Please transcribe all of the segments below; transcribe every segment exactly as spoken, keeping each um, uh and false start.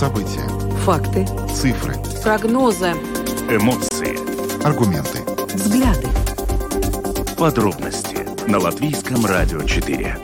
События. Факты. Цифры. Прогнозы. Эмоции. Аргументы. Взгляды. Подробности на Латвийском радио четыре.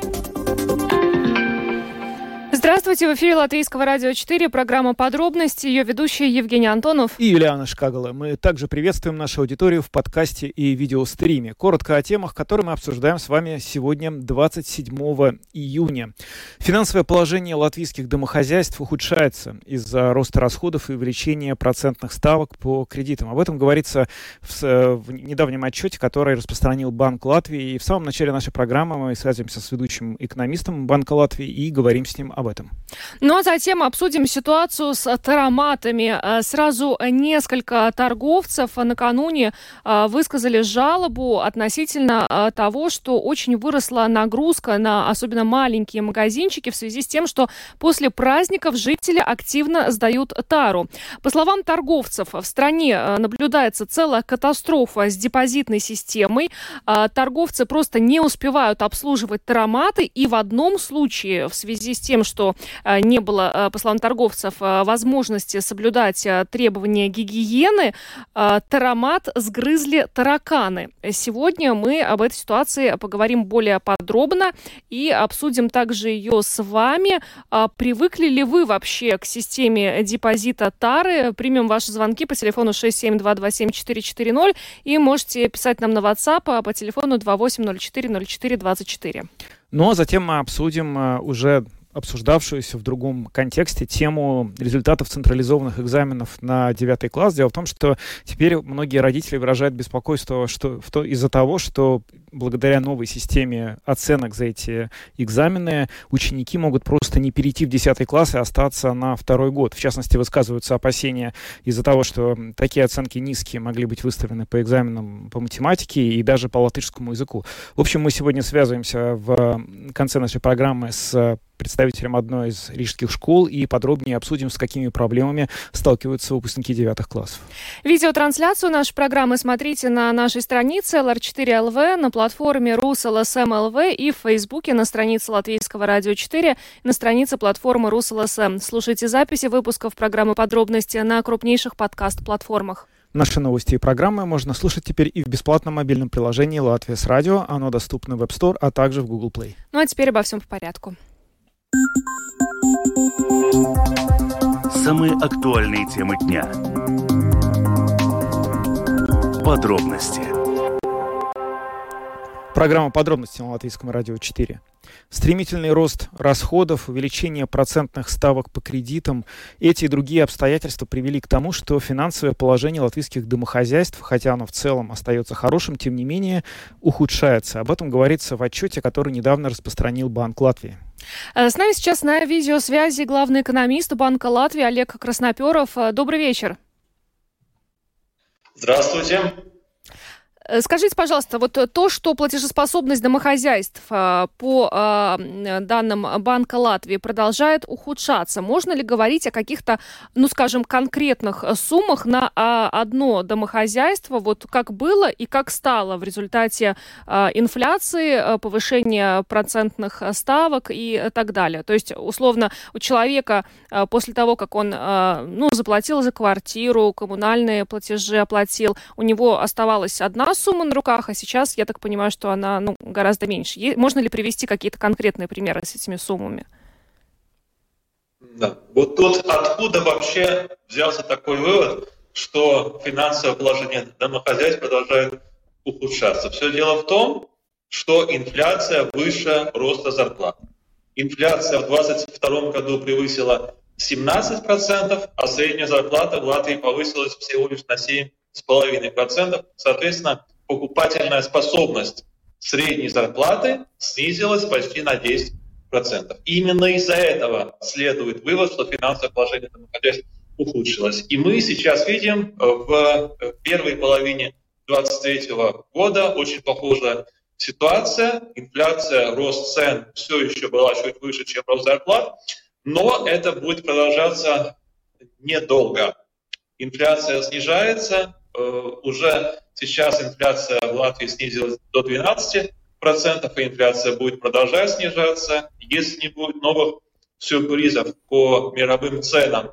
Здравствуйте, в эфире Латвийского радио четыре, программа «Подробности», ее ведущие Евгений Антонов и Юлиана Шкагала. Мы также приветствуем нашу аудиторию в подкасте и видеостриме. Коротко о темах, которые мы обсуждаем с вами сегодня, двадцать седьмого июня. Финансовое положение латвийских домохозяйств ухудшается из-за роста расходов и увеличения процентных ставок по кредитам. Об этом говорится в, в недавнем отчете, который распространил Банк Латвии. И в самом начале нашей программы мы связываемся с ведущим экономистом Банка Латвии и говорим с ним об этом. Ну а затем обсудим ситуацию с тароматами. Сразу несколько торговцев накануне высказали жалобу относительно того, что очень выросла нагрузка на особенно маленькие магазинчики в связи с тем, что после праздников жители активно сдают тару. По словам торговцев, в стране наблюдается целая катастрофа с депозитной системой. Торговцы просто не успевают обслуживать тароматы, и в одном случае в связи с тем, что не было, по словам торговцев, возможности соблюдать требования гигиены, таромат сгрызли тараканы. Сегодня мы об этой ситуации поговорим более подробно и обсудим также ее с вами. Привыкли ли вы вообще к системе депозита тары? Примем ваши звонки по телефону шесть семь два два семь четыре четыре ноль и можете писать нам на WhatsApp по телефону два восемь ноль четыре ноль четыре двадцать четыре. Ну а затем мы обсудим уже обсуждавшуюся в другом контексте тему результатов централизованных экзаменов на девятый класс. Дело в том, что теперь многие родители выражают беспокойство что, в то, из-за того, что благодаря новой системе оценок за эти экзамены ученики могут просто не перейти в десятый класс и остаться на второй год. В частности, высказываются опасения из-за того, что такие оценки низкие могли быть выставлены по экзаменам по математике и даже по латышскому языку. В общем, мы сегодня связываемся в конце нашей программы с представителем одной из рижских школ и подробнее обсудим, с какими проблемами сталкиваются выпускники девятых классов. Видеотрансляцию нашей программы смотрите на нашей странице эл эр четыре эл ви, на платформе РусЛСМ эл ви и в Фейсбуке на странице Латвийского радио четыре, на странице платформы РусЛСМ. Слушайте записи выпусков программы «Подробности» на крупнейших подкаст-платформах. Наши новости и программы можно слушать теперь и в бесплатном мобильном приложении «Латвия с радио». Оно доступно в App Store, а также в Google Play. Ну а теперь обо всем по порядку. Самые актуальные темы дня. Подробности. Программа «Подробности» на Латвийском радио четыре. Стремительный рост расходов, увеличение процентных ставок по кредитам, эти и другие обстоятельства привели к тому, что финансовое положение латвийских домохозяйств, хотя оно в целом остается хорошим, тем не менее ухудшается. Об этом говорится в отчете, который недавно распространил Банк Латвии. С нами сейчас на видеосвязи главный экономист Банка Латвии Олег Красноперов. Добрый вечер. Здравствуйте. Скажите, пожалуйста, вот то, что платежеспособность домохозяйств по данным Банка Латвии продолжает ухудшаться, можно ли говорить о каких-то, ну, скажем, конкретных суммах на одно домохозяйство, вот как было и как стало в результате инфляции, повышения процентных ставок и так далее? То есть, условно, у человека после того, как он, ну, заплатил за квартиру, коммунальные платежи оплатил, у него оставалась одна сумма на руках, а сейчас, я так понимаю, что она, ну, гораздо меньше. Можно ли привести какие-то конкретные примеры с этими суммами? Да. Вот тут откуда вообще взялся такой вывод, что финансовое положение домохозяйств продолжает ухудшаться? Все дело в том, что инфляция выше роста зарплат. Инфляция в двадцать втором году превысила семнадцать процентов, а средняя зарплата в Латвии повысилась всего лишь на семь целых пять десятых процента. Соответственно, покупательная способность средней зарплаты снизилась почти на десять процентов. Именно из-за этого следует вывод, что финансовое положение домохозяйств ухудшилось. И мы сейчас видим в первой половине двадцать третьего года очень похожая ситуация. Инфляция, рост цен все еще была чуть выше, чем рост зарплат, но это будет продолжаться недолго. Инфляция снижается. Уже сейчас инфляция в Латвии снизилась до двенадцати процентов, и инфляция будет продолжать снижаться. Если не будет новых сюрпризов по мировым ценам,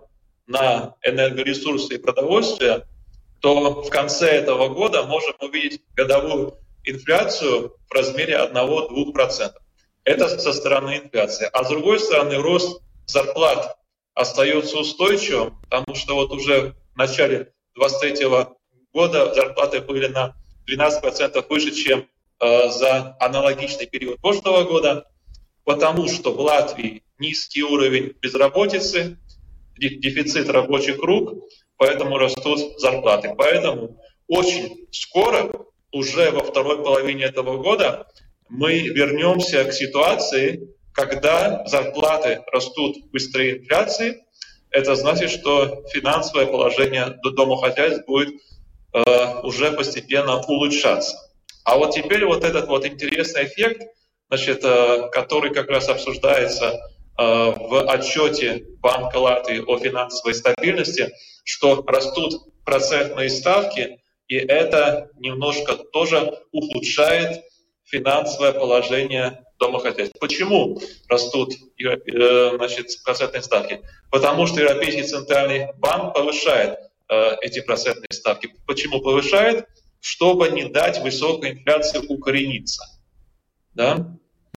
на энергоресурсы и продовольствие, то в конце этого года можем увидеть годовую инфляцию в размере одного-двух процентов. Это со стороны инфляции. А с другой стороны, рост зарплат остается устойчивым, потому что вот уже в начале двадцать третьего года зарплаты были на двенадцать процентов выше, чем э, за аналогичный период прошлого года, потому что в Латвии низкий уровень безработицы, дефицит рабочих рук, поэтому растут зарплаты. Поэтому очень скоро, уже во второй половине этого года, мы вернемся к ситуации, когда зарплаты растут быстрее инфляции. Это значит, что финансовое положение домохозяйств будет э, уже постепенно улучшаться. А вот теперь вот этот вот интересный эффект, значит, э, который как раз обсуждается э, в отчете Банка Латвии о финансовой стабильности, что растут процентные ставки, и это немножко тоже ухудшает финансовое положение домохозяйств. Почему растут значит, процентные ставки? Потому что Европейский центральный банк повышает э, эти процентные ставки. Почему повышает? Чтобы не дать высокой инфляции укорениться. Да?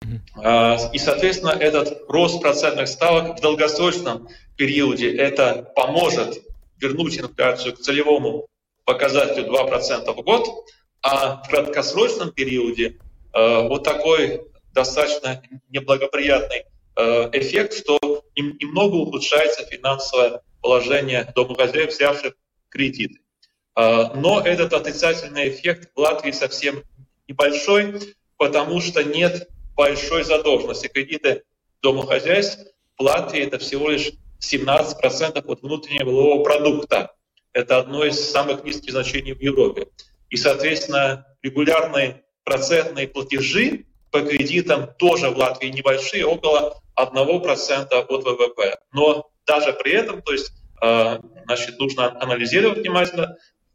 И, соответственно, этот рост процентных ставок в долгосрочном периоде это поможет вернуть инфляцию к целевому показателю два процента в год, а в краткосрочном периоде э, вот такой достаточно неблагоприятный э, эффект, что немного ухудшается финансовое положение домохозяев, взявших кредиты. Э, но этот отрицательный эффект в Латвии совсем небольшой, потому что нет большой задолженности. Кредиты домохозяйств в Латвии это всего лишь семнадцать процентов от внутреннего валового продукта. Это одно из самых низких значений в Европе. И, соответственно, регулярные процентные платежи по кредитам тоже в Латвии небольшие, около одного процента от вэ вэ пэ. Но даже при этом, то есть, э, значит, нужно анализировать внимательно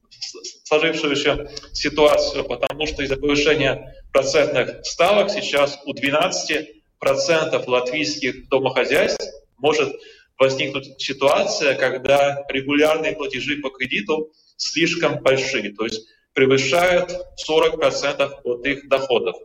сложившуюся ситуацию, потому что из-за повышения процентных ставок сейчас у двенадцати процентов латвийских домохозяйств может возникнуть ситуация, когда регулярные платежи по кредиту слишком большие, то есть превышают сорок процентов от их доходов.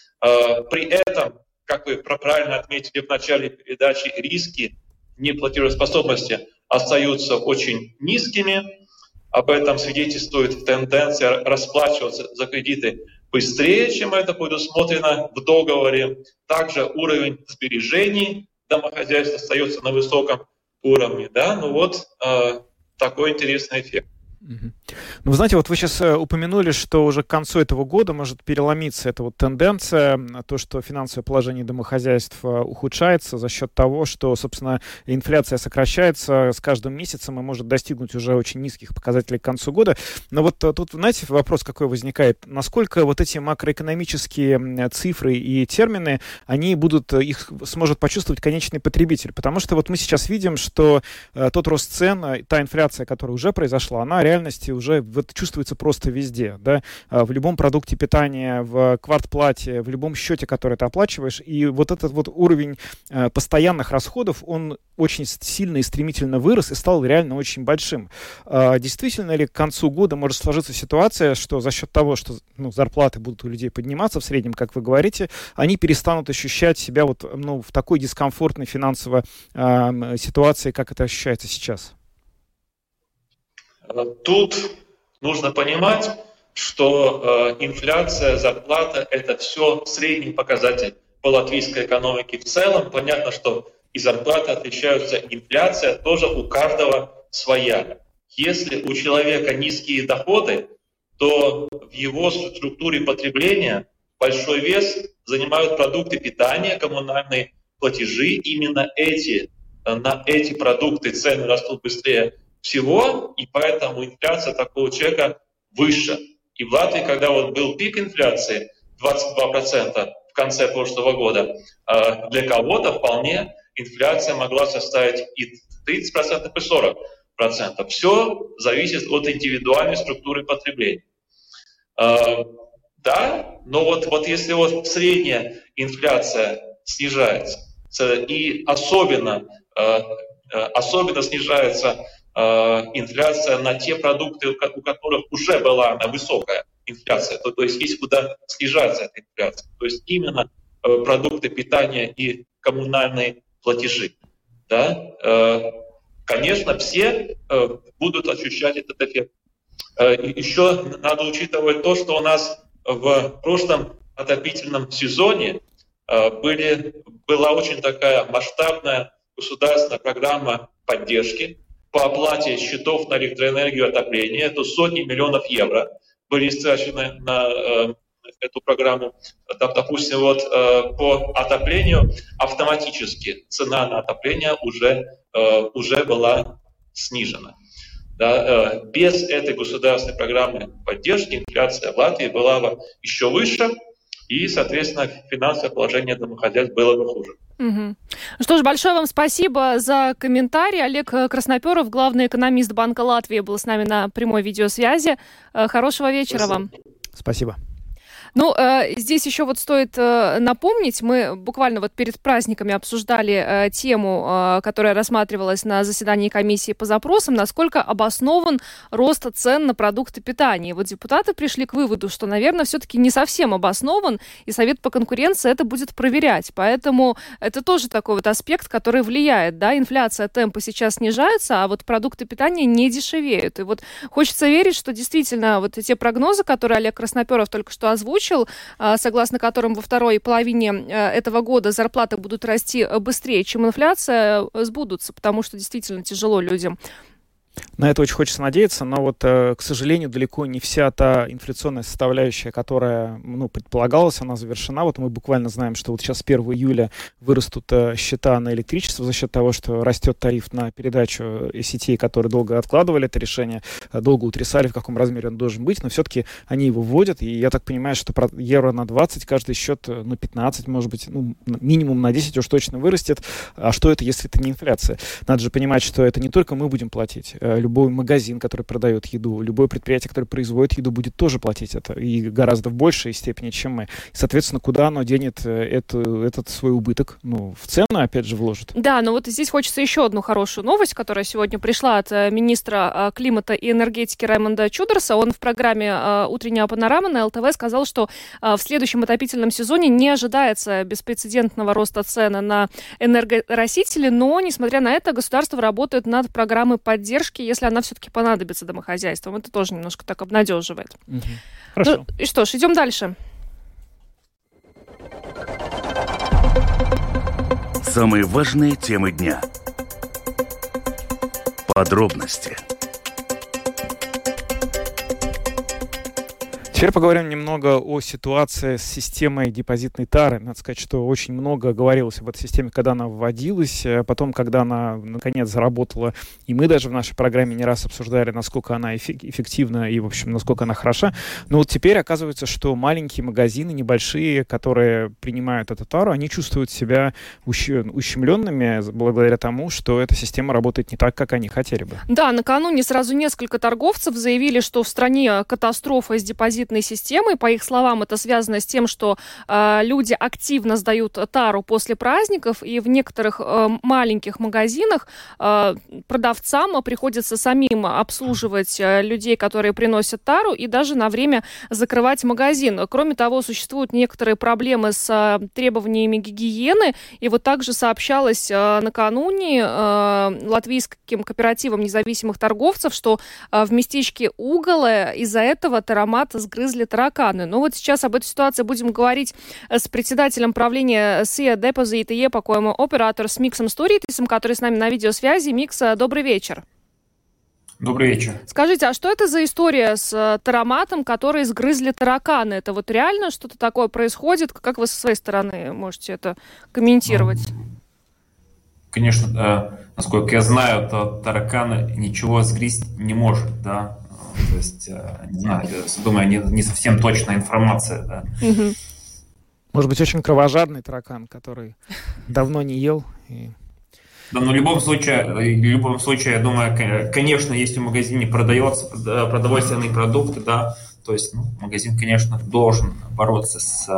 При этом, как вы правильно отметили в начале передачи, риски неплатежеспособности остаются очень низкими. Об этом свидетельствует тенденция расплачиваться за кредиты быстрее, чем это предусмотрено в договоре. Также уровень сбережений домохозяйств остается на высоком уровне. Да? Ну вот э, такой интересный эффект. Ну, вы знаете, вот вы сейчас упомянули, что уже к концу этого года может переломиться эта вот тенденция, то, что финансовое положение домохозяйств ухудшается за счет того, что, собственно, инфляция сокращается с каждым месяцем и может достигнуть уже очень низких показателей к концу года. Но вот тут, знаете, вопрос какой возникает. Насколько вот эти макроэкономические цифры и термины, они будут, их сможет почувствовать конечный потребитель? Потому что вот мы сейчас видим, что тот рост цен, та инфляция, которая уже произошла, она реально реальности уже вот чувствуется просто везде, да, в любом продукте питания, в квартплате, в любом счете, который ты оплачиваешь, и вот этот вот уровень э, постоянных расходов, он очень сильно и стремительно вырос и стал реально очень большим. Э, действительно ли к концу года может сложиться ситуация, что за счет того, что ну, зарплаты будут у людей подниматься в среднем, как вы говорите, они перестанут ощущать себя вот, ну, в такой дискомфортной финансовой э, ситуации, как это ощущается сейчас? Тут нужно понимать, что э, инфляция, зарплата – это все средний показатель по латвийской экономике в целом. Понятно, что и зарплаты отличаются, инфляция тоже у каждого своя. Если у человека низкие доходы, то в его структуре потребления большой вес занимают продукты питания, коммунальные платежи. Именно эти, на эти продукты цены растут быстрее всего, и поэтому инфляция такого человека выше. И в Латвии, когда вот был пик инфляции, двадцать два процента в конце прошлого года, для кого-то вполне инфляция могла составить и тридцать процентов, и сорок процентов. Все зависит от индивидуальной структуры потребления. Да, но вот, вот если вот средняя инфляция снижается, и особенно, особенно снижается инфляция на те продукты, у которых уже была она высокая инфляция, то, то есть есть куда снижаться эта инфляция. То есть именно продукты питания и коммунальные платежи. Да? Конечно, все будут ощущать этот эффект. Еще надо учитывать то, что у нас в прошлом отопительном сезоне были, была очень такая масштабная государственная программа поддержки по оплате счетов на электроэнергию и отопление. Это сотни миллионов евро были истрачены на э, эту программу. Допустим, вот э, по отоплению автоматически цена на отопление уже, э, уже была снижена. Да, э, без этой государственной программы поддержки инфляция в Латвии была бы еще выше, и, соответственно, финансовое положение домохозяйств было бы хуже. Угу. Что ж, большое вам спасибо за комментарий. Олег Красноперов, главный экономист Банка Латвии, был с нами на прямой видеосвязи. Хорошего вечера спасибо. Вам. Спасибо. Ну, э, здесь еще вот стоит э, напомнить, мы буквально вот перед праздниками обсуждали э, тему, э, которая рассматривалась на заседании комиссии по запросам, насколько обоснован рост цен на продукты питания. И вот депутаты пришли к выводу, что, наверное, все-таки не совсем обоснован, и Совет по конкуренции это будет проверять. Поэтому это тоже такой вот аспект, который влияет, да, инфляция, темпы сейчас снижаются, а вот продукты питания не дешевеют. И вот хочется верить, что действительно вот те прогнозы, которые Олег Красноперов только что озвучил, согласно которым во второй половине этого года зарплаты будут расти быстрее, чем инфляция, сбудутся, потому что действительно тяжело людям. На это очень хочется надеяться, но вот, к сожалению, далеко не вся та инфляционная составляющая, которая, ну, предполагалась, она завершена. Вот мы буквально знаем, что вот сейчас с первого июля вырастут счета на электричество за счет того, что растет тариф на передачу сетей, которые долго откладывали это решение, долго утрясали, в каком размере он должен быть, но все-таки они его вводят, и я так понимаю, что евро на двадцать, каждый счет, ну, пятнадцать, может быть, ну, минимум на десять уж точно вырастет. А что это, если это не инфляция? Надо же понимать, что это не только мы будем платить. Любой магазин, который продает еду, любое предприятие, которое производит еду, будет тоже платить это, и гораздо в большей степени, чем мы. И, соответственно, куда оно денет эту, этот свой убыток? Ну, в цену, опять же, вложит. Да, но вот здесь хочется еще одну хорошую новость, которая сегодня пришла от министра климата и энергетики Раймонда Чудерса. Он в программе «Утренняя панорама» на эл тэ вэ сказал, что в следующем отопительном сезоне не ожидается беспрецедентного роста цены на энергоносители, но, несмотря на это, государство работает над программой поддержки, если она все-таки понадобится домохозяйствам. Это тоже немножко так обнадеживает. Угу. Хорошо. Ну, и что ж, идем дальше. Самые важные темы дня. Подробности. Теперь поговорим немного о ситуации с системой депозитной тары. Надо сказать, что очень много говорилось об этой системе, когда она вводилась, потом, когда она, наконец, заработала. И мы даже в нашей программе не раз обсуждали, насколько она эффективна и, в общем, насколько она хороша. Но вот теперь оказывается, что маленькие магазины, небольшие, которые принимают эту тару, они чувствуют себя ущемленными благодаря тому, что эта система работает не так, как они хотели бы. Да, накануне сразу несколько торговцев заявили, что в стране катастрофа с депозитной системой. По их словам, это связано с тем, что э, люди активно сдают тару после праздников, и в некоторых э, маленьких магазинах э, продавцам приходится самим обслуживать э, людей, которые приносят тару, и даже на время закрывать магазин. Кроме того, существуют некоторые проблемы с э, требованиями гигиены, и вот также сообщалось э, накануне э, латвийским кооперативом независимых торговцев, что э, в местечке Уголе из-за этого таромат сгрызли тараканы. Но вот сейчас об этой ситуации будем говорить с председателем правления СИА Депозит и епакоjumu оператор с Миксом Стуритисом, который с нами на видеосвязи. Микс, добрый вечер. Добрый вечер. Скажите, а что это за история с тароматом, который сгрызли тараканы? Это вот реально что-то такое происходит? Как вы со своей стороны можете это комментировать? Конечно, да. Насколько я знаю, то тараканы ничего сгрызть не может, да. То есть, не знаю, думаю, не, не совсем точная информация, да. Угу. Может быть, очень кровожадный таракан, который давно не ел. И... Да, но в любом случае, в любом случае, я думаю, конечно, если в магазине продается продовольственные продукты, да, то есть ну, магазин, конечно, должен бороться с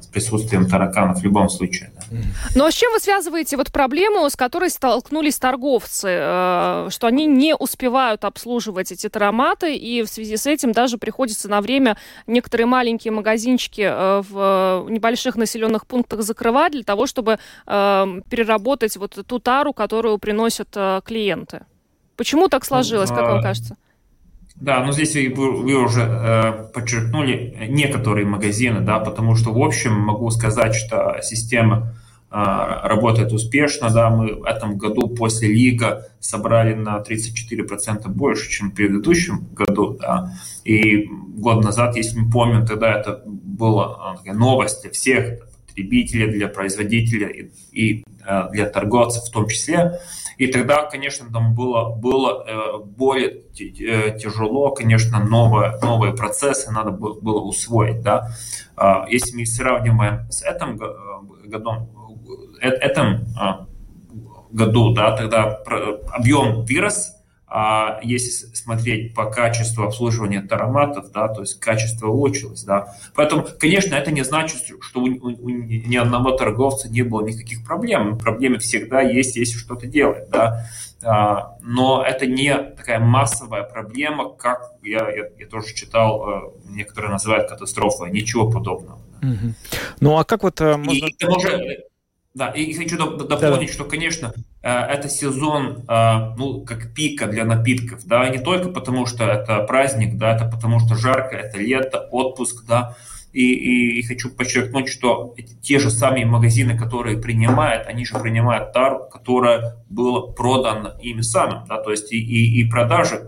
с присутствием тараканов в любом случае. Да. Ну а с чем вы связываете вот проблему, с которой столкнулись торговцы, э, что они не успевают обслуживать эти тароматы, и в связи с этим даже приходится на время некоторые маленькие магазинчики э, в небольших населенных пунктах закрывать для того, чтобы э, переработать вот ту тару, которую приносят э, клиенты? Почему так сложилось, как вам кажется? Да, но здесь вы, вы уже э, подчеркнули некоторые магазины, да, потому что в общем могу сказать, что система э, работает успешно, да, мы в этом году после Лига собрали на тридцать четыре процента больше, чем в предыдущем году, да, и год назад, если мы помним, тогда это была такая новость для всех, для потребителей, для производителей и, и э, для торговцев в том числе. И тогда, конечно, там было, было э, более э, тяжело, конечно, новые, новые процессы надо было усвоить. Да? Э, если мы сравниваем с этим годом, э, этим э, году, да, тогда объем вырос, а если смотреть по качеству обслуживания тароматов, да, то есть качество улучшилось. Да. Поэтому, конечно, это не значит, что у, у, у ни одного торговца не было никаких проблем. Проблемы всегда есть, если что-то делать. Да. А, но это не такая массовая проблема, как я, я, я тоже читал, некоторые называют катастрофой. Ничего подобного. Mm-hmm. Ну а как вот... Можно... И, и уже... Да, и хочу дополнить, да. что, конечно, это сезон, ну, как пика для напитков, да, не только потому, что это праздник, да, это потому, что жарко, это лето, отпуск, да, и, и, и хочу подчеркнуть, что эти, те же самые магазины, которые принимают, они же принимают тару, которая была продана ими самим, да, то есть и, и, и продажи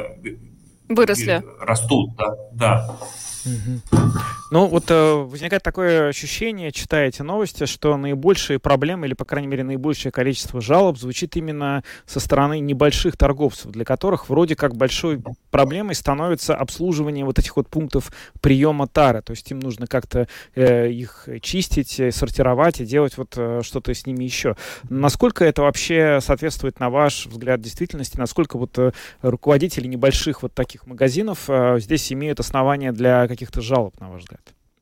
выросли, растут, да, да. Угу. Ну, вот э, возникает такое ощущение, читая эти новости, что наибольшие проблемы, или, по крайней мере, наибольшее количество жалоб звучит именно со стороны небольших торговцев, для которых вроде как большой проблемой становится обслуживание вот этих вот пунктов приема тары. То есть им нужно как-то э, их чистить, сортировать и делать вот э, что-то с ними еще. Насколько это вообще соответствует, на ваш взгляд, действительности? Насколько вот э, руководители небольших вот таких магазинов э, здесь имеют основания для каких-то жалоб, на ваш взгляд?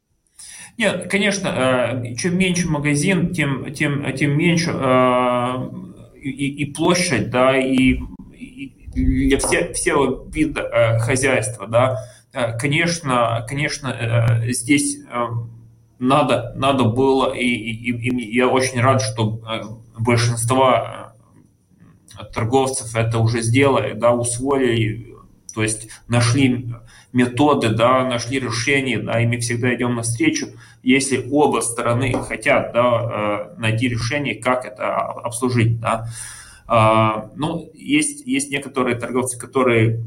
Нет, конечно, чем меньше магазин, тем, тем, тем меньше и, и площадь, да, и, и для все, всего вида хозяйства, да. Конечно, конечно, здесь надо, надо было, и, и, и я очень рад, что большинство торговцев это уже сделали, да, усвоили, то есть нашли методы, да, нашли решения, да, и мы всегда идем навстречу, если оба стороны хотят, да, найти решение, как это обслужить, да. Ну, есть, есть некоторые торговцы, которые,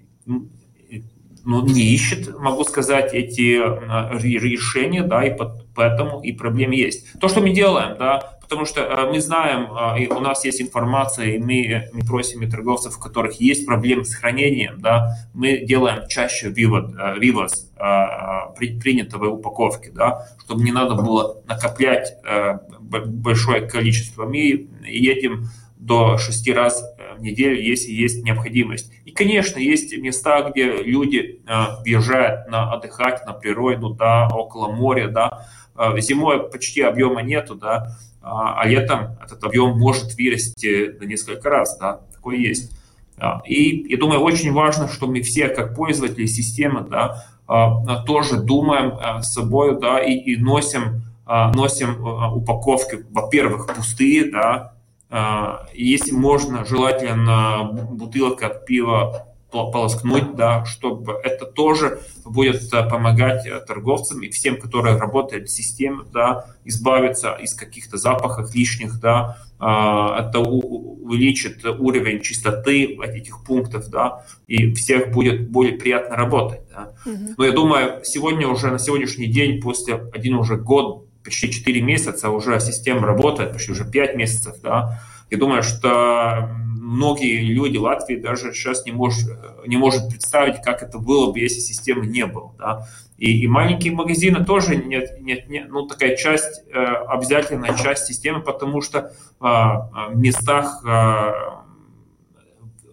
ну, не ищут, могу сказать, эти решения, да, и поэтому и проблемы есть. То, что мы делаем, да, потому что мы знаем, и у нас есть информация, и мы, мы просим и торговцев, у которых есть проблемы с хранением, да, мы делаем чаще вывод, вывоз при, принятого упаковки, да, чтобы не надо было накоплять большое количество. Мы едем до шести раз в неделю, если есть необходимость. И, конечно, есть места, где люди въезжают на отдыхать на природу, да, около моря, да. Зимой почти объема нету, да, а летом этот объем может вырасти до несколько раз, да, такое есть. И я думаю, очень важно, что мы все, как пользователи системы, да, тоже думаем с собой, да, и, и носим, носим упаковки, во-первых, пустые, да, если можно, желательно бутылка от пива полоскнуть, да, чтобы это тоже будет помогать торговцам и всем, которые работают в системе, да, избавиться из каких-то запахов лишних, да, это увеличит уровень чистоты этих пунктов, да, и всех будет более приятно работать. Да. Mm-hmm. Но я думаю, сегодня уже, на сегодняшний день, после один уже год, почти четыре месяца уже система работает, почти уже пять месяцев, да, я думаю, что многие люди Латвии даже сейчас не может, не может представить, как это было бы, если системы не было. Да? И, и маленькие магазины тоже нет, нет, нет, ну, такая часть, э, обязательная часть системы, потому что э, в местах, э,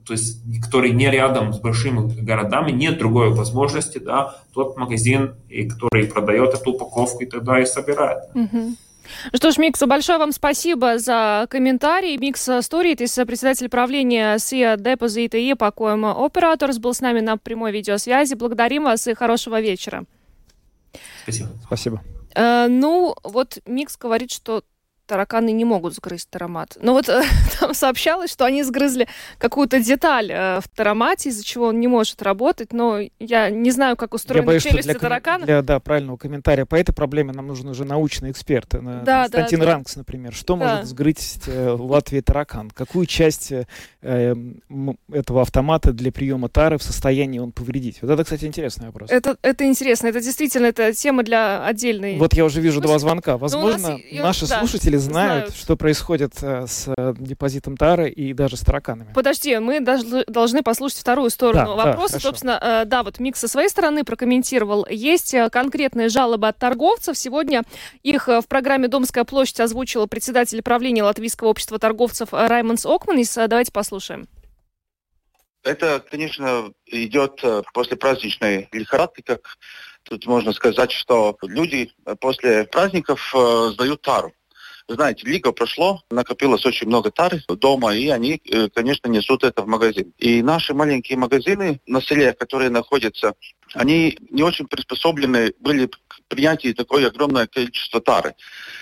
то есть, который не рядом с большими городами, нет другой возможности, да, тот магазин, и который продает эту упаковку, и тогда и собирает. Угу. Что ж, Микс, большое вам спасибо за комментарий. Микс Сторитис, председатель правления СИА Депозита и Покоем Операторс, был с нами на прямой видеосвязи. Благодарим вас и хорошего вечера. Спасибо. Спасибо. Э, ну, вот Микс говорит, что тараканы не могут сгрызть таромат. Но вот э, там сообщалось, что они сгрызли какую-то деталь э, в таромате, из-за чего он не может работать. Но я не знаю, как устроены боюсь, челюсти для, таракана. Для да, правильного комментария по этой проблеме нам нужен уже научный эксперт. Да, Константин да, да. Ранкс, например. Что да. может сгрызть э, в Латвии таракан? Какую часть э, м, этого автомата для приема тары в состоянии он повредить? Вот это, кстати, интересный вопрос. Это, это интересно. Это действительно это тема для отдельной... Вот я уже вижу Ну, два звонка. Возможно, нас, наши да, слушатели знают, знают, что происходит э, с э, депозитом тары и даже с тараканами. Подожди, мы должны, должны послушать вторую сторону Да, вопроса. да, Собственно, э, да, вот Микс со своей стороны прокомментировал. Есть э, конкретные жалобы от торговцев. Сегодня их э, в программе «Домская площадь» озвучил председатель правления Латвийского общества торговцев Раймондс Окманис. Давайте послушаем. Это, конечно, идет после праздничной лихорадки, как тут можно сказать, что люди после праздников э, сдают тару. Вы знаете, лига прошло, накопилось очень много тары дома, и они, конечно, несут это в магазин. И наши маленькие магазины на селе, которые находятся, они не очень приспособлены были к принятию такое огромное количество тары.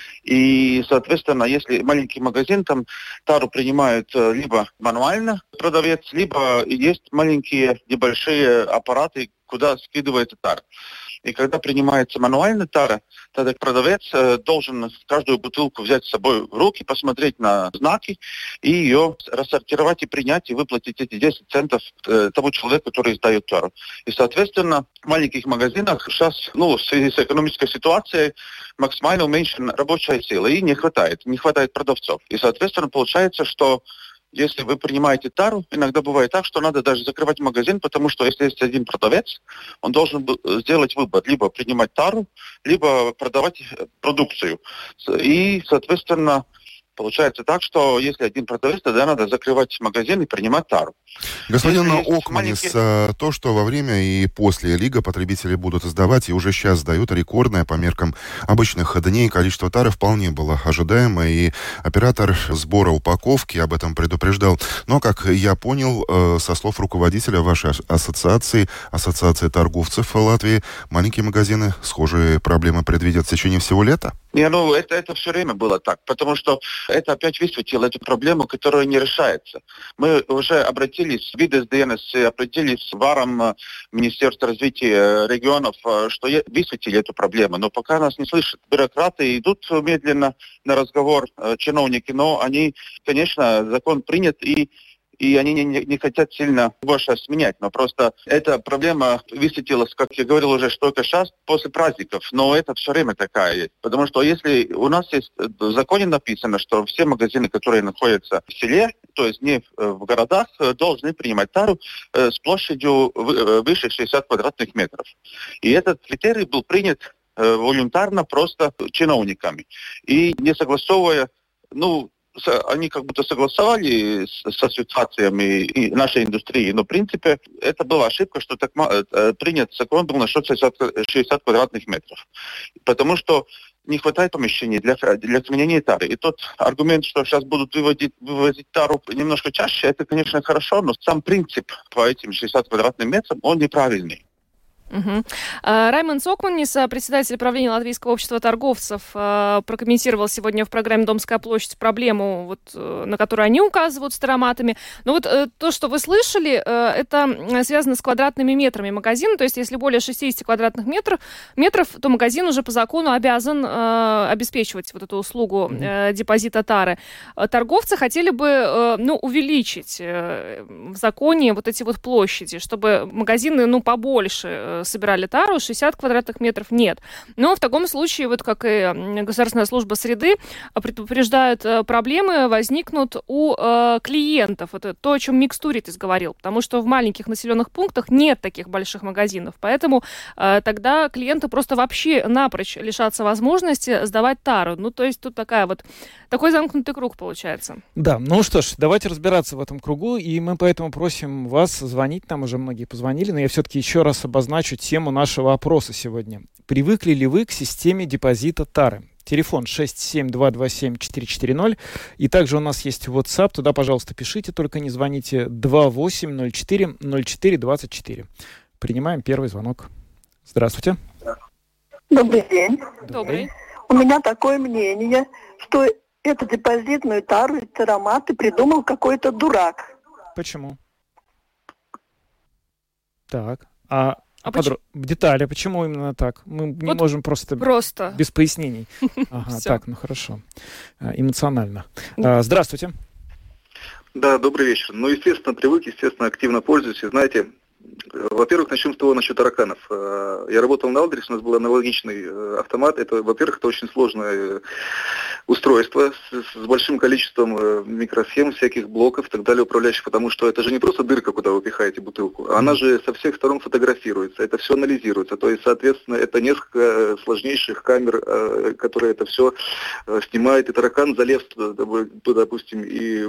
И, соответственно, если маленький магазин, там тару принимают либо мануально продавец, либо есть маленькие небольшие аппараты, куда скидывается тара. И когда принимается мануальная тара, тогда продавец э, должен каждую бутылку взять с собой в руки, посмотреть на знаки и ее рассортировать и принять, и выплатить эти десять центов э, тому человеку, который сдает тару. И, соответственно, в маленьких магазинах сейчас, ну, в связи с экономической ситуацией, максимально уменьшена рабочая сила, и не хватает, не хватает продавцов. И, соответственно, получается, что если вы принимаете тару, иногда бывает так, что надо даже закрывать магазин, потому что если есть один продавец, он должен сделать выбор, либо принимать тару, либо продавать продукцию. И, соответственно, получается так, что если один продавец, тогда надо закрывать магазин и принимать тару. Господин Окманис, маленькие... то, что во время и после Лига потребители будут сдавать, и уже сейчас сдают рекордное по меркам обычных дней количество тары, вполне было ожидаемо, и оператор сбора упаковки об этом предупреждал. Но, как я понял, со слов руководителя вашей ассоциации, Ассоциации торговцев Латвии, маленькие магазины схожие проблемы предвидят в течение всего лета? Не, ну это, это все время было так, потому что это опять высветило эту проблему, которая не решается. Мы уже обратились в Видес ДНС, обратились в ВАРом, Министерство развития регионов, что высветили эту проблему, но пока нас не слышат. Бюрократы идут медленно на разговор, чиновники, но они, конечно, закон принят, и и они не, не, не хотят сильно больше сменять. Но просто эта проблема высветилась, как я говорил уже, что только сейчас, после праздников. Но это все время такая есть. Потому что если у нас есть в законе написано, что все магазины, которые находятся в селе, то есть не в городах, должны принимать тару с площадью выше шестьдесят квадратных метров. И этот критерий был принят волюнтарно просто чиновниками. И не согласовывая, ну, они как будто согласовали с, с ассоциациями и нашей индустрии, но в принципе это была ошибка, что так э, принят закон был на шестьдесят квадратных метров. Потому что не хватает помещений для, для хранения тары. И тот аргумент, что сейчас будут выводить, вывозить тару немножко чаще, это, конечно, хорошо, но сам принцип по этим шестидесяти квадратным метрам, он неправильный. Угу. Раймондс Окманис, председатель правления Латвийского общества торговцев, прокомментировал сегодня в программе «Домская площадь» проблему, вот, на которую они указывают с тароматами. Но вот то, что вы слышали, это связано с квадратными метрами магазина. То есть если более шестьдесят квадратных метров, метров, то магазин уже по закону обязан обеспечивать вот эту услугу mm-hmm. депозита тары. Торговцы хотели бы ну, увеличить в законе вот эти вот площади, чтобы магазины ну, побольше собирали тару, шестьдесят квадратных метров нет. Но в таком случае, вот как и Государственная служба среды, предупреждают, проблемы возникнут у э, клиентов. Это то, о чем Микстуритис говорил, потому что в маленьких населенных пунктах нет таких больших магазинов, поэтому э, тогда клиенты просто вообще напрочь лишатся возможности сдавать тару. Ну, то есть тут такая вот, такой замкнутый круг получается. Да, ну что ж, давайте разбираться в этом кругу, и мы поэтому просим вас звонить, нам уже многие позвонили, но я все-таки еще раз обозначу тему нашего опроса сегодня. Привыкли ли вы к системе депозита тары? Телефон шесть семь два два семь четыре четыре ноль. И также у нас есть WhatsApp. Туда, пожалуйста, пишите, только не звоните. два восемь ноль четыре ноль четыре двадцать четыре. Принимаем первый звонок. Здравствуйте. Добрый день. Добрый. У меня такое мнение, что эту депозитную тару из тароматы придумал какой-то дурак. Почему? Так. А... А Подро... почему? Детали, почему именно так? Мы не вот можем просто, просто без пояснений. Ага, так, ну хорошо. Эмоционально. Здравствуйте. Да, добрый вечер. Ну, естественно, привык, естественно, активно пользуюсь. И знаете, во-первых, начнем с того насчет тараканов. Я работал на Алдерсе, у нас был аналогичный автомат. Это, во-первых, это очень сложное устройство с, с большим количеством микросхем, всяких блоков и так далее управляющих, потому что это же не просто дырка, куда вы пихаете бутылку, она же со всех сторон фотографируется, это все анализируется. То есть, соответственно, это несколько сложнейших камер, которые это все снимает, и таракан, залез туда, допустим,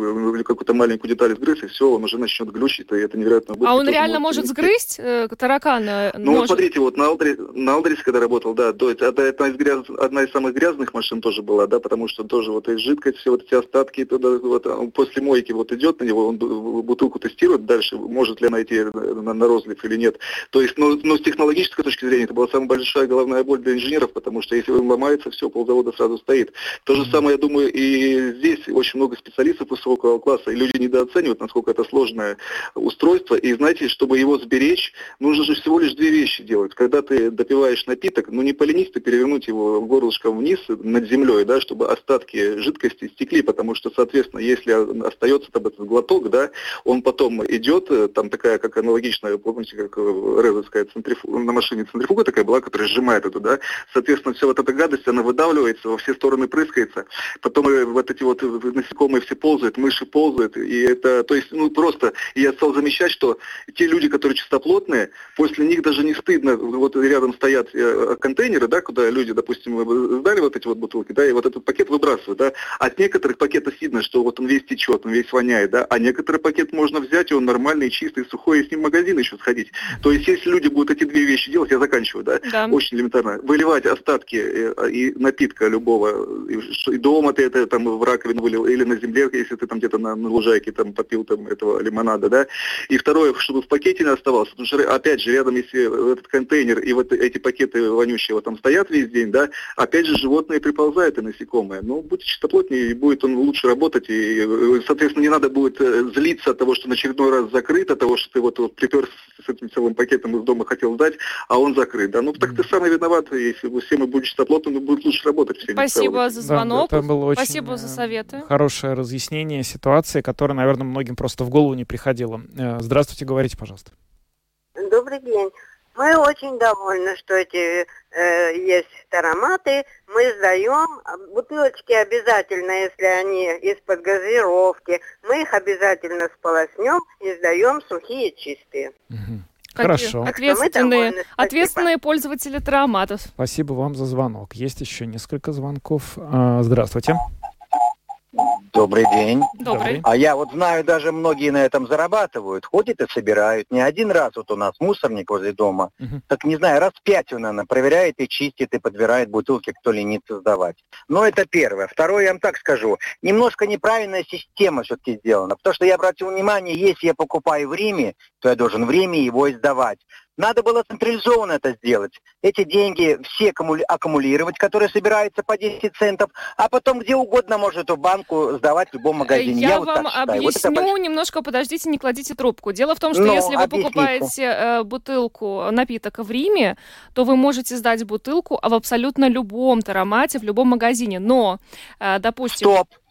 и какую-то маленькую деталь сгрыз, и все, он уже начнет глючить, и это невероятно быстро. А он реально может сгрызть э, таракана? Ну, может... вот смотрите, вот на Алдере, на Алдерсе, когда работал, да, то есть это, это одна, из гряз, одна из самых грязных машин тоже была, да, потому что тоже вот и жидкость, все вот эти остатки, туда, вот, он после мойки вот идет на него, он бутылку тестирует дальше, может ли она идти на, на розлив или нет. То есть, но, но с технологической точки зрения это была самая большая головная боль для инженеров, потому что если он ломается, все, ползавода сразу стоит. То же самое, я думаю, и здесь очень много специалистов высокого класса, и люди недооценивают, насколько это сложное устройство, и знаете, чтобы его сберечь, нужно же всего лишь две вещи делать. Когда ты допиваешь напиток, ну не поленись ты перевернуть его горлышком вниз над землей, да, чтобы остатки жидкости стекли, потому что, соответственно, если остается там этот глоток, да, он потом идет, там такая, как аналогичная, помните, как резовская центрифуга, на машине центрифуга такая была, которая сжимает это, да, соответственно, вся вот эта гадость, она выдавливается, во все стороны прыскается, потом вот эти вот насекомые все ползают, мыши ползают, и это, то есть, ну просто, я стал замечать, что те люди, которые чистоплотные, после них даже не стыдно, вот рядом стоят контейнеры, да, куда люди, допустим, сдали вот эти вот бутылки, да, и вот этот пакет выбрасывают, да, от некоторых пакетов видно, что вот он весь течет, он весь воняет, да, а некоторый пакет можно взять, и он нормальный, чистый, сухой, и с ним в магазин еще сходить. То есть, если люди будут эти две вещи делать, я заканчиваю, да, да. Очень элементарно, выливать остатки и напитка любого, и дома ты это там в раковину вылил, или на земле, если ты там где-то на, на лужайке там попил там этого лимонада, да, и второе, чтобы в пакете не оставался, потому что, опять же, рядом, если этот контейнер и вот эти пакеты вонющие вот там стоят весь день, да, опять же, животные приползают и насекомые. Ну, будьте чистоплотнее, и будет он лучше работать, и, соответственно, не надо будет злиться от того, что на очередной раз закрыт, от того, что ты вот, вот припер с этим целым пакетом из дома хотел сдать, а он закрыт, да. Ну, так mm-hmm. ты самый виноват, если все мы будем чистоплотными, будет лучше работать. Все Спасибо за звонок, да, это было очень спасибо за советы. Хорошее разъяснение ситуации, которая, наверное, многим просто в голову не приходила. Здравствуйте, говорите, пожалуйста. Добрый день. Мы очень довольны, что эти э, есть тароматы. Мы сдаем бутылочки обязательно, если они из-под газировки. Мы их обязательно сполоснем и сдаем сухие, чистые. Угу. Хорошо. Ответственные, ответственные пользователи тароматов. Спасибо вам за звонок. Есть еще несколько звонков. Здравствуйте. Добрый день. Добрый. А я вот знаю, даже многие на этом зарабатывают. Ходят и собирают. Не один раз вот у нас мусорник возле дома. Uh-huh. Так, не знаю, раз пять он, наверное, проверяет и чистит, и подбирает бутылки, кто ленится сдавать. Но это первое. Второе, я вам так скажу. Немножко неправильная система все-таки сделана. Потому что я обратил внимание, если я покупаю в Риме, то я должен в Риме его и сдавать. Надо было централизованно это сделать. Эти деньги все аккумули- аккумулировать, которые собираются по десять центов, а потом где угодно может в банку сдавать в любом магазине. Я, Я вам вот так объясню, вот это... немножко подождите, не кладите трубку. Дело в том, что Но, если вы объясните. покупаете э, бутылку, напиток в Риме, то вы можете сдать бутылку в абсолютно любом таромате, в любом магазине. Но, э, допустим... Стоп!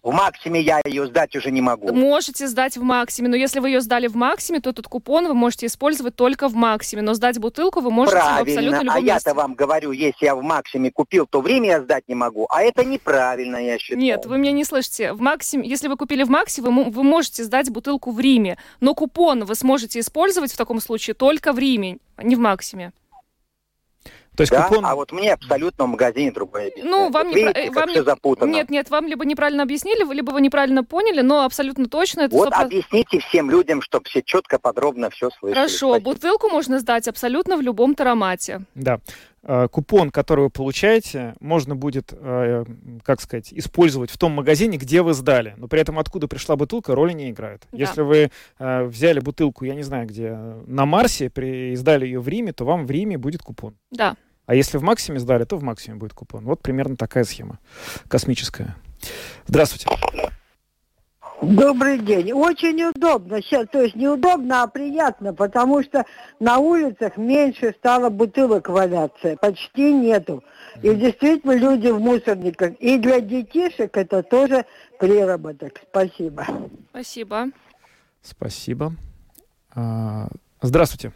В Максиме я ее сдать уже не могу. Можете сдать в Максиме, но если вы ее сдали в Максиме, то этот купон вы можете использовать только в Максиме, но сдать бутылку вы можете Правильно. в абсолютно любом а месте. я-то вам говорю, если я в Максиме купил, то время я сдать не могу, а это неправильно, я считаю. Нет, вы меня не слышите. В Максиме, если вы купили в Максиме, вы, вы можете сдать бутылку в Риме, но купон вы сможете использовать в таком случае только в Риме, а не в Максиме. То есть да? купон... А вот мне абсолютно в магазине другое объясняют. Ну, вам вот не... видите, вам все не... запутано. Нет, нет, вам либо неправильно объяснили, либо вы неправильно поняли, но абсолютно точно это... Вот сто процентов... объясните всем людям, чтобы все четко, подробно все слышали. Хорошо, Спасибо. бутылку можно сдать абсолютно в любом таромате. Да. Купон, который вы получаете, можно будет, как сказать, использовать в том магазине, где вы сдали. Но при этом откуда пришла бутылка, роли не играет. Да. Если вы взяли бутылку, я не знаю где, на Марсе, при... и сдали ее в Риме, то вам в Риме будет купон. Да. А если в Максиме сдали, то в Максиме будет купон. Вот примерно такая схема космическая. Здравствуйте. Добрый день. Очень удобно. Сейчас, то есть неудобно, а приятно, потому что на улицах меньше стало бутылок валяться. Почти нету. И действительно люди в мусорниках. И для детишек это тоже приработок. Спасибо. Спасибо. Спасибо. А, здравствуйте.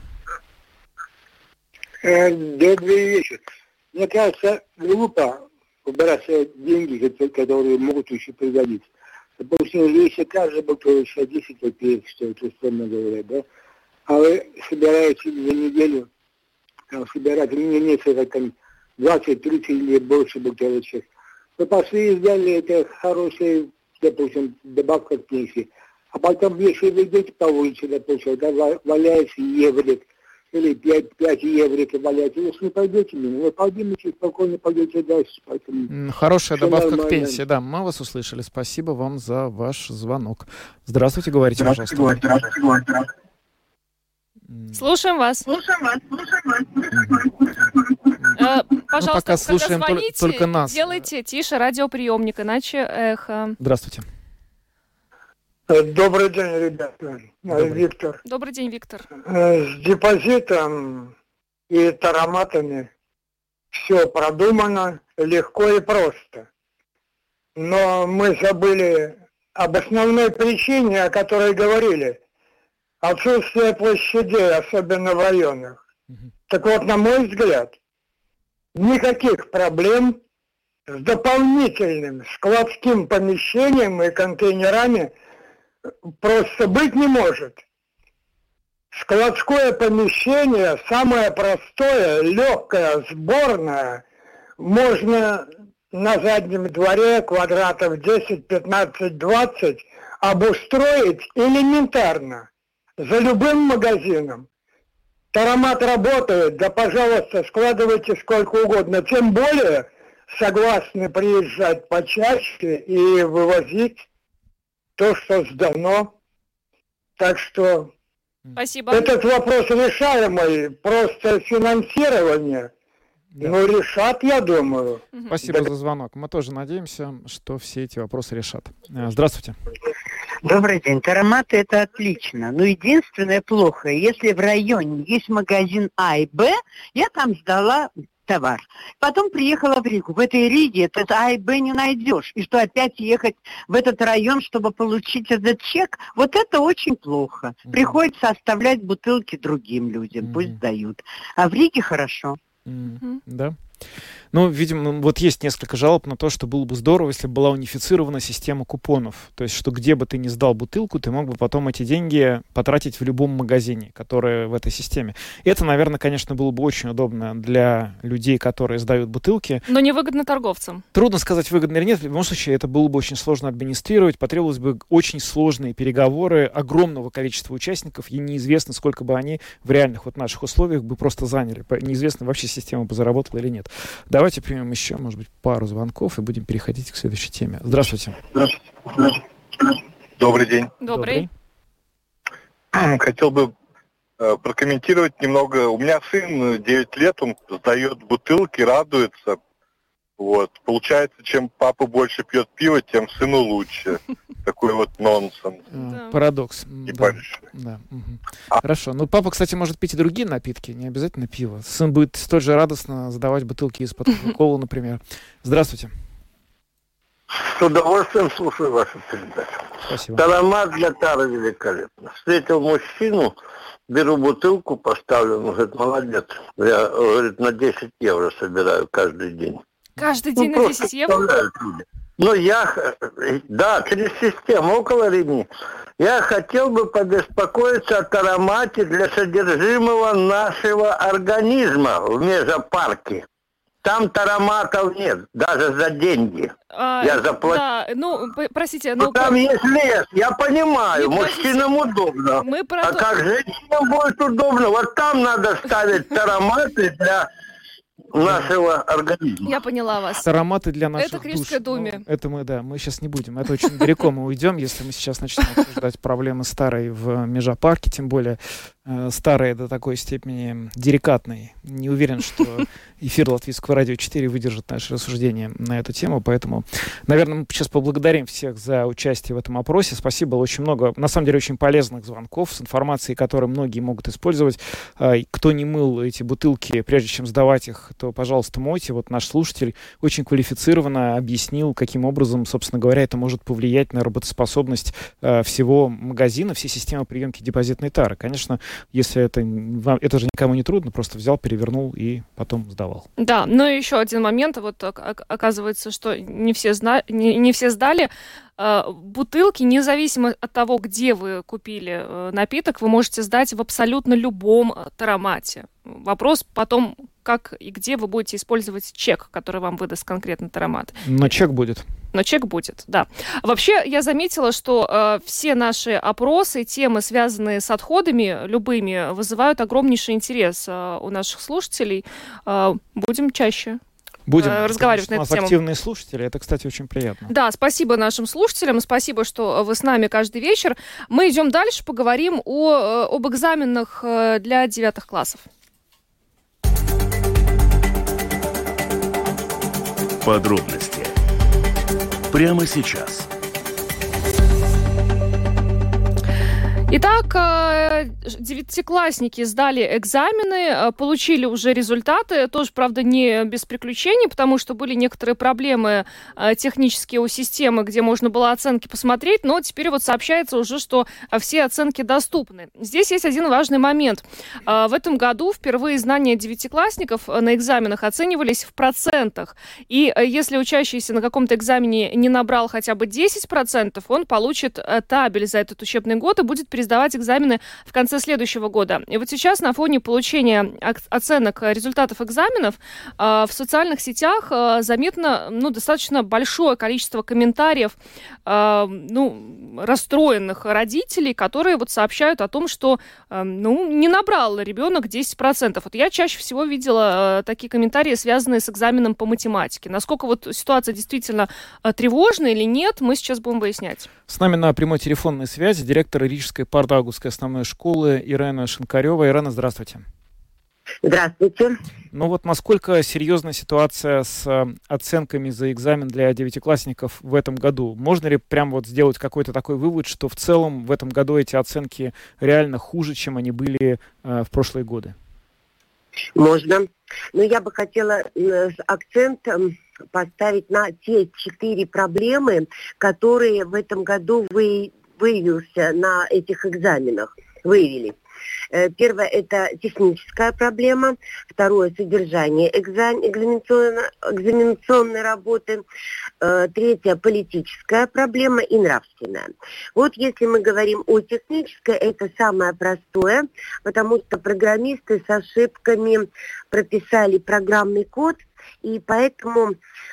Добрый вечер. Мне кажется, глупо убирать деньги, которые могут еще пригодиться. Допустим, если каждая бутылочка десять копеек стоит, условно говоря, да, а вы собираете за неделю, там, собираете не несколько, там, двадцать, тридцать или больше бутылочек, вы пошли и сдали это хорошая, допустим, добавка к пенсии. А потом, если вы идете по улице, допустим, да, валяется еврик, или пять евриков валяется, если не пойдете мимо, вы поднимете, спокойно пойдете дальше. Поэтому хорошая добавка нормально. К пенсии, да, мы вас услышали. Спасибо вам за ваш звонок. Здравствуйте, говорите, здравствуйте, пожалуйста. Здравствуйте, здравствуйте. Слушаем вас. Слушаем вас, слушаем вас. Э, пожалуйста, ну, пока слушаем когда звоните, только нас. делайте тише радиоприемник, иначе эхо. Здравствуйте. Добрый день, ребята. Добрый. Виктор. Добрый день, Виктор. С депозитом и тароматами все продумано, легко и просто. Но мы забыли об основной причине, о которой говорили. Отсутствие площадей, особенно в районах. Угу. Так вот, на мой взгляд, никаких проблем с дополнительным складским помещением и контейнерами просто быть не может. Складское помещение самое простое, легкое, сборное. Можно на заднем дворе квадратов десять, пятнадцать, двадцать обустроить элементарно. За любым магазином. Таромат работает, да, пожалуйста, складывайте сколько угодно. Тем более согласны приезжать почаще и вывозить то, что сдано. Так что Спасибо. Этот вопрос решаемый, просто финансирование. Да. Ну, решат, я думаю. Спасибо да. за звонок. Мы тоже надеемся, что все эти вопросы решат. Здравствуйте. Добрый день. Тароматы — это отлично. Но единственное плохо, если в районе есть магазин А и Б, я там сдала товар. Потом приехала в Ригу. В этой Риге этот А и Б не найдешь. И что опять ехать в этот район, чтобы получить этот чек, вот это очень плохо. Mm-hmm. Приходится оставлять бутылки другим людям, mm-hmm. пусть дают. А в Риге хорошо. Mm-hmm. Да. Ну, видимо, вот есть несколько жалоб на то, что было бы здорово, если бы была унифицирована система купонов. То есть, что где бы ты ни сдал бутылку, ты мог бы потом эти деньги потратить в любом магазине, который в этой системе. И это, наверное, конечно, было бы очень удобно для людей, которые сдают бутылки. Но невыгодно торговцам. Трудно сказать, выгодно или нет. В любом случае, это было бы очень сложно администрировать. Потребовалось бы очень сложные переговоры огромного количества участников, и неизвестно, сколько бы они в реальных вот наших условиях бы просто заняли. Неизвестно, вообще система бы заработала или нет. Давайте примем еще, может быть, пару звонков и будем переходить к следующей теме. Здравствуйте. Здравствуйте. Добрый день. Добрый. Хотел бы э, прокомментировать немного. У меня сын девять лет, он сдает бутылки, радуется. Вот. Получается, чем папа больше пьет пиво, тем сыну лучше. Такой вот нонсенс. Да. Парадокс. Небольшой. Да. Да. Угу. А... Хорошо. Ну, папа, кстати, может пить и другие напитки, не обязательно пиво. Сын будет столь же радостно сдавать бутылки из-под Кока-Колы, например. Здравствуйте. С удовольствием слушаю вашу передачу. Спасибо. Таромат для тары великолепно. Встретил мужчину, беру бутылку, поставлю, он говорит, молодец. Я, говорит, на десять евро собираю каждый день. Каждый день ну, на десять евро? Ну, я, да, через систему, около Рени. Я хотел бы побеспокоиться о таромате для содержимого нашего организма в межапарке. Там тароматов нет, даже за деньги. А, я заплатил. Да, ну, простите, но... ну... Там есть лес, я понимаю, не мужчинам простите. Удобно. Мы про а то... как женщинам будет удобно? Вот там надо ставить тароматы для нашего организма. Я поняла вас. Ароматы для наших это душ. Рижская думе. Ну, это мы, да, мы сейчас не будем. Это очень далеко мы уйдем, если мы сейчас начнем обсуждать проблемы старой в межапарке, тем более э, старые до такой степени деликатной. Не уверен, что эфир Латвийского радио четыре выдержит наши рассуждения на эту тему, поэтому, наверное, мы сейчас поблагодарим всех за участие в этом опросе. Спасибо, было очень много, на самом деле, очень полезных звонков с информацией, которую многие могут использовать. Э, кто не мыл эти бутылки, прежде чем сдавать их, то, пожалуйста, мойте. Вот наш слушатель очень квалифицированно объяснил, каким образом, собственно говоря, это может повлиять на работоспособность э, всего магазина, всей системы приемки депозитной тары. Конечно, если это вам, это же никому не трудно, просто взял, перевернул и потом сдавал. Да, но еще один момент. Вот оказывается, что не все, зна... не, не все сдали. Бутылки, независимо от того, где вы купили напиток, вы можете сдать в абсолютно любом таромате. Вопрос потом, как и где вы будете использовать чек, который вам выдаст конкретно таромат. Но чек будет. Но чек будет, да. Вообще, я заметила, что э, все наши опросы, темы, связанные с отходами любыми, вызывают огромнейший интерес э, у наших слушателей. Э, будем чаще Будем разговаривать на эту тему. У нас активные слушатели, это, кстати, очень приятно. Да, спасибо нашим слушателям, спасибо, что вы с нами каждый вечер. Мы идем дальше, поговорим о, об экзаменах для девятых классов. Подробности прямо сейчас. Итак, девятиклассники сдали экзамены, получили уже результаты, тоже, правда, не без приключений, потому что были некоторые проблемы технические у системы, где можно было оценки посмотреть, но теперь вот сообщается уже, что все оценки доступны. Здесь есть один важный момент. В этом году впервые знания девятиклассников на экзаменах оценивались в процентах, и если учащийся на каком-то экзамене не набрал хотя бы десять процентов, он получит табель за этот учебный год и будет пересдавать экзамены в конце следующего года. И вот сейчас на фоне получения оценок результатов экзаменов в социальных сетях заметно ну, достаточно большое количество комментариев ну, расстроенных родителей, которые вот сообщают о том, что ну, не набрал ребенок десять процентов. Вот я чаще всего видела такие комментарии, связанные с экзаменом по математике. Насколько вот ситуация действительно тревожна или нет, мы сейчас будем выяснять. С нами на прямой телефонной связи директор Рижской Пардагусской основной школы Ирена Шинкарева. Ирена, здравствуйте. Здравствуйте. Ну вот насколько серьезная ситуация с оценками за экзамен для девятиклассников в этом году? Можно ли прям вот сделать какой-то такой вывод, что в целом в этом году эти оценки реально хуже, чем они были э, в прошлые годы? Можно. Но я бы хотела э, акцент э, поставить на те четыре проблемы, которые в этом году вы выявился на этих экзаменах, выявили. Первое – это техническая проблема. Второе – содержание экзаменационной, экзаменационной работы. Третье – политическая проблема и нравственная. Вот если мы говорим о технической, это самое простое, потому что программисты с ошибками прописали программный код, и поэтому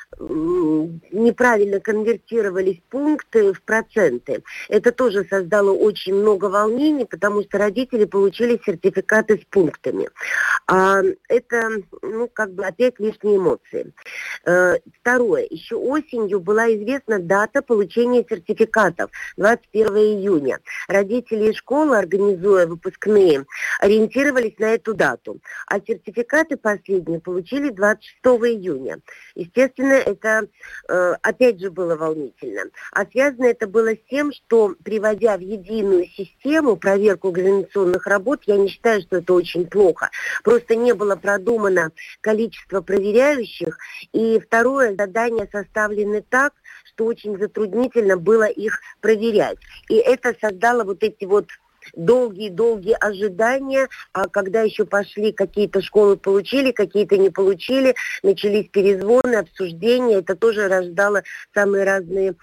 неправильно конвертировались пункты в проценты. Это тоже создало очень много волнений, потому что родители получили сертификаты с пунктами. А это, ну, как бы опять лишние эмоции. Второе. Еще осенью была известна дата получения сертификатов, двадцать первого июня. Родители и школы, организуя выпускные, ориентировались на эту дату. А сертификаты последние получили двадцать шестого июня. Естественно, это э, опять же было волнительно. А связано это было с тем, что, приводя в единую систему проверку экзаменационных работ, я не считаю, что это очень плохо. Просто не было продумано количество проверяющих. И второе, задания составлены так, что очень затруднительно было их проверять. И это создало вот эти вот долгие-долгие ожидания, а когда еще пошли, какие-то школы получили, какие-то не получили, начались перезвоны, обсуждения, это тоже рождало самые разные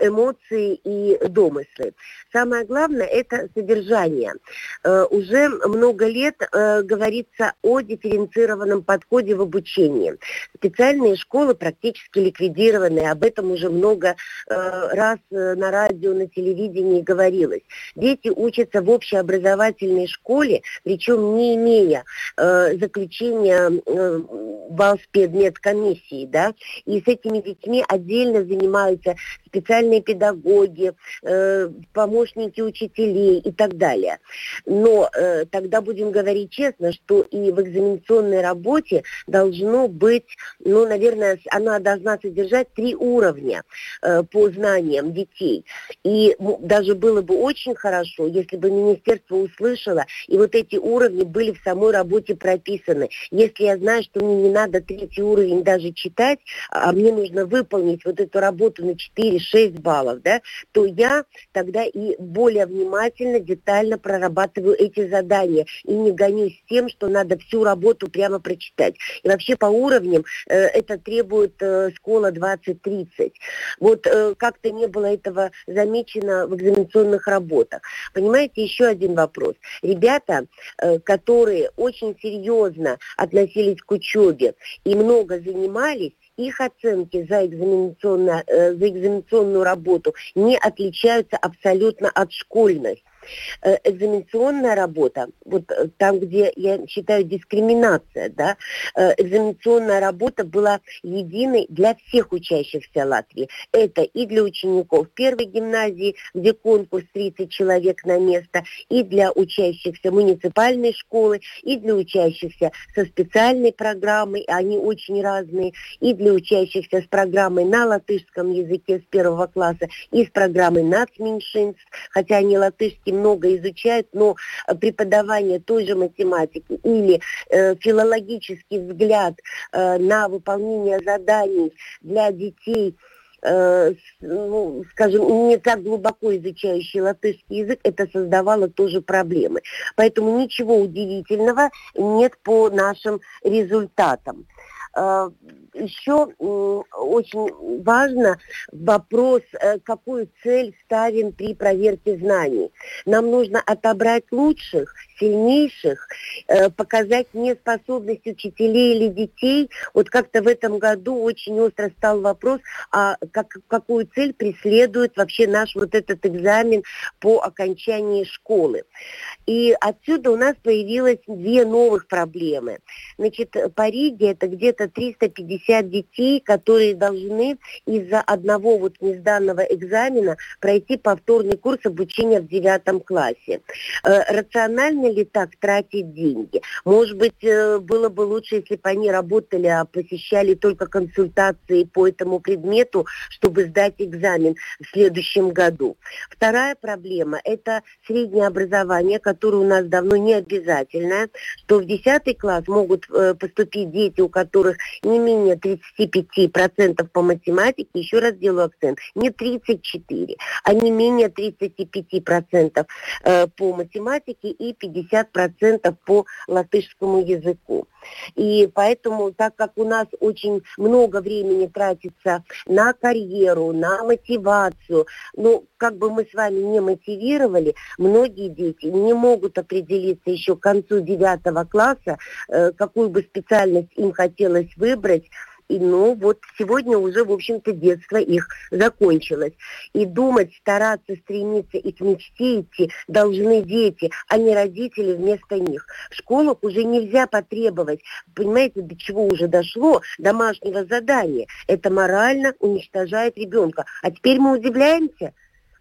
эмоции и домыслы. Самое главное – это содержание. Э, уже много лет э, говорится о дифференцированном подходе в обучении. Специальные школы практически ликвидированы, об этом уже много э, раз на радио, на телевидении говорилось. Дети учатся в общеобразовательной школе, причем не имея э, заключения э, Балспедмедкомиссии, да, и с этими детьми отдельно занимаются специальные педагоги, э, помощники учителей и так далее. Но э, тогда будем говорить честно, что и в экзаменационной работе должно быть, ну, наверное, она должна содержать три уровня э, по знаниям детей. И ну, даже было бы очень хорошо, если бы министерство услышало, и вот эти уровни были в самой работе прописаны. Если я знаю, что мне не надо третий уровень даже читать, а мне нужно выполнить вот эту работу на четыре-шесть баллов, да, то я тогда и более внимательно, детально прорабатываю эти задания и не гонюсь с тем, что надо всю работу прямо прочитать. И вообще по уровням э, это требует э, школа двадцать тридцать. Вот э, как-то не было этого замечено в экзаменационных работах. Понимаете, еще один вопрос. Ребята, э, которые очень серьезно относились к учебе и много занимались, их оценки за, экзаменационно, э, за экзаменационную работу не отличаются абсолютно от школьной. Экзаменационная работа, вот там, где я считаю дискриминация, да, экзаменационная работа была единой для всех учащихся Латвии. Это и для учеников первой гимназии, где конкурс тридцать человек на место, и для учащихся муниципальной школы, и для учащихся со специальной программой, они очень разные, и для учащихся с программой на латышском языке с первого класса, и с программой нацменьшинств, хотя они латышский много изучают, но преподавание той же математики или э, филологический взгляд э, на выполнение заданий для детей, э, ну, скажем, не так глубоко изучающий латышский язык, это создавало тоже проблемы. Поэтому ничего удивительного нет по нашим результатам. Еще очень важно вопрос, какую цель ставим при проверке знаний. Нам нужно отобрать лучших, сильнейших, показать неспособность учителей или детей. Вот как-то в этом году очень остро стал вопрос, а как, какую цель преследует вообще наш вот этот экзамен по окончании школы. И отсюда у нас появилось две новых проблемы. Значит, по Риге это где-то триста пятьдесят детей, которые должны из-за одного вот несданного экзамена пройти повторный курс обучения в девятом классе. Э, рационально ли так тратить деньги? Может быть, э, было бы лучше, если бы они работали, а посещали только консультации по этому предмету, чтобы сдать экзамен в следующем году. Вторая проблема – это среднее образование, которое у нас давно не обязательное, что в десятый класс могут э, поступить дети, у которых не менее тридцать пять процентов по математике, еще раз делаю акцент, не тридцать четыре, а не менее тридцать пять процентов э, по математике и пятьдесят процентов по латышскому языку. И поэтому, так как у нас очень много времени тратится на карьеру, на мотивацию, ну, как бы мы с вами не мотивировали, многие дети не могут определиться еще к концу девятого класса, э, какую бы специальность им хотелось выбрать. И, ну, вот сегодня уже, в общем-то, детство их закончилось. И думать, стараться, стремиться и к мечте идти должны дети, а не родители вместо них. В школах уже нельзя потребовать, понимаете, до чего уже дошло, домашнего задания. Это морально уничтожает ребенка. А теперь мы удивляемся.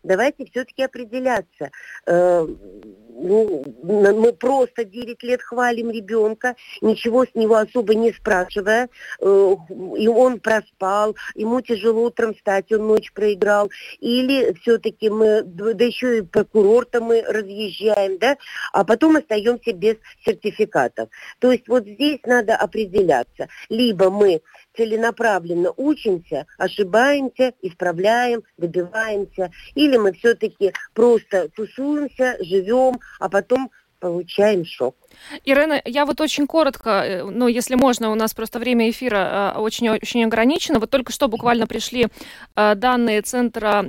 давайте все-таки определяться. Э, ну, мы просто девять лет хвалим ребенка, ничего с него особо не спрашивая, э, и он проспал, ему тяжело утром встать, он ночь проиграл, или все-таки мы, да еще и по курортам мы разъезжаем, да, а потом остаемся без сертификатов. То есть вот здесь надо определяться. Либо мы целенаправленно учимся, ошибаемся, исправляем, добиваемся, или мы все-таки просто тусуемся, живем, а потом получаем шок. Ирена, я вот очень коротко, ну, если можно, у нас просто время эфира очень-очень ограничено. Вот только что буквально пришли данные Центра,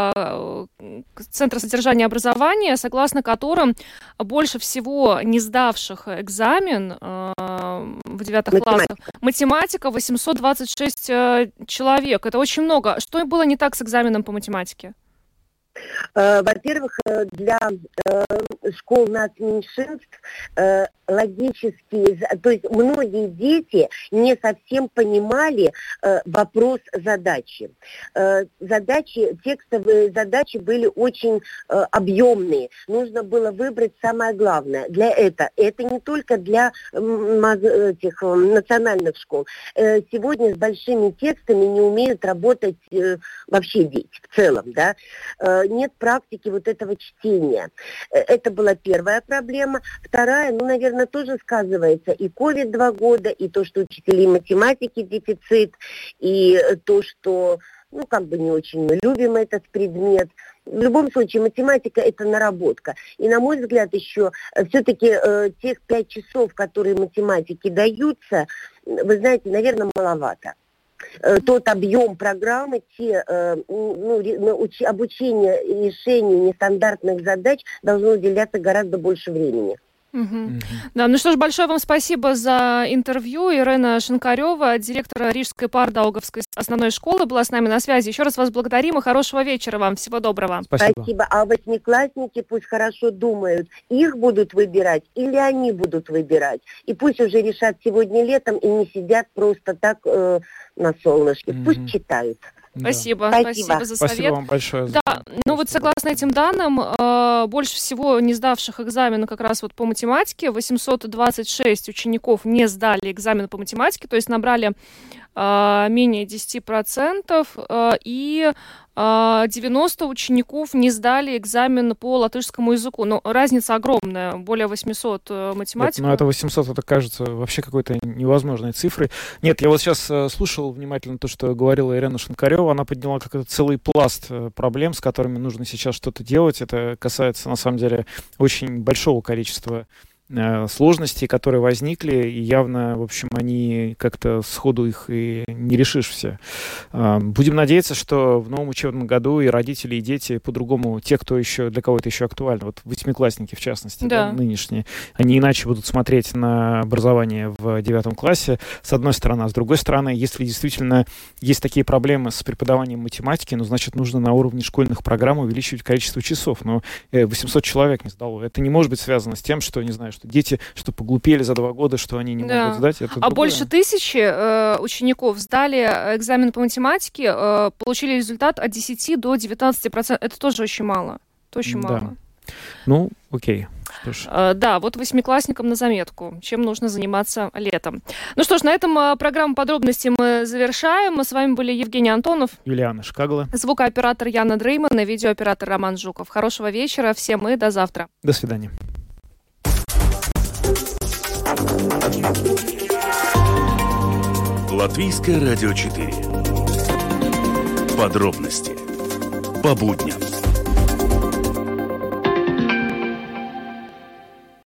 Центра содержания образования, согласно которым больше всего не сдавших экзамен в девятых классах математика восемьсот двадцать шесть человек. Это очень много. Что было не так с экзаменом по математике? Во-первых, для школ нацменьшинств логические, то есть многие дети не совсем понимали вопрос задачи. Задачи, текстовые задачи были очень объемные. Нужно было выбрать самое главное. Для этого это не только для этих национальных школ. Сегодня с большими текстами не умеют работать вообще дети в целом, да. Нет практики вот этого чтения. Это была первая проблема. Вторая, ну, наверное, тоже сказывается и ковид два года, и то, что учителей математики дефицит, и то, что, ну, как бы не очень мы любим этот предмет. В любом случае, математика – это наработка. И, на мой взгляд, еще все-таки э, тех пять часов, которые математике даются, вы знаете, наверное, маловато. Тот объем программы, те, ну, обучение решению нестандартных задач должно уделяться гораздо больше времени. Угу. Угу. Да, ну что ж, большое вам спасибо за интервью. Ирена Шинкарева, директор Рижской Пардаугавской основной школы, была с нами на связи. Еще раз вас благодарим и хорошего вечера вам. Всего доброго. Спасибо. Спасибо. А восьмиклассники пусть хорошо думают, их будут выбирать или они будут выбирать. И пусть уже решат сегодня летом и не сидят просто так э, на солнышке. Угу. Пусть читают. Спасибо, да. спасибо, спасибо за совет. Спасибо вам большое. За... Да, ну вот согласно этим данным, э, больше всего не сдавших экзамен как раз вот по математике, восемьсот двадцать шесть учеников не сдали экзамен по математике, то есть набрали э, менее десять процентов, э, и э, девяносто учеников не сдали экзамен по латышскому языку. Но разница огромная, более восемьсот математиков. Ну это восемьсот, это кажется вообще какой-то невозможной цифрой. Нет, я вот сейчас э, слушал внимательно то, что говорила Ирена Шинкарева. Она подняла как-то целый пласт проблем, с которыми нужно сейчас что-то делать. Это касается, на самом деле, очень большого количества э, сложностей, которые возникли, и явно, в общем, они как-то сходу их и не решишь все. Э, будем надеяться, что в новом учебном году и родители, и дети по-другому, те, кто еще, для кого это еще актуально, вот восьмиклассники, в частности, да. Да, нынешние, они иначе будут смотреть на образование в девятом классе, с одной стороны. А с другой стороны, если действительно есть такие проблемы с преподаванием математики, ну, значит, нужно на уровне школьных программ увеличивать количество часов. Но восемьсот человек не сдало. Это не может быть связано с тем, что, не знаю, что дети, что поглупели за два года, что они не да. могут сдать. Это а другое. Больше тысячи э, учеников сдали экзамен по математике, э, получили результат от десяти до девятнадцати процентов. Это тоже очень мало. Это очень да. мало. Ну, окей. Что ж. Э, да, вот восьмиклассникам на заметку, чем нужно заниматься летом. Ну что ж, на этом э, программу подробностей мы завершаем. Мы с вами были Евгений Антонов, Юлиана Шкагла, звукооператор Яна Дрейман и видеооператор Роман Жуков. Хорошего вечера всем и до завтра. До свидания. Латвийское радио четыре. Подробности по будням.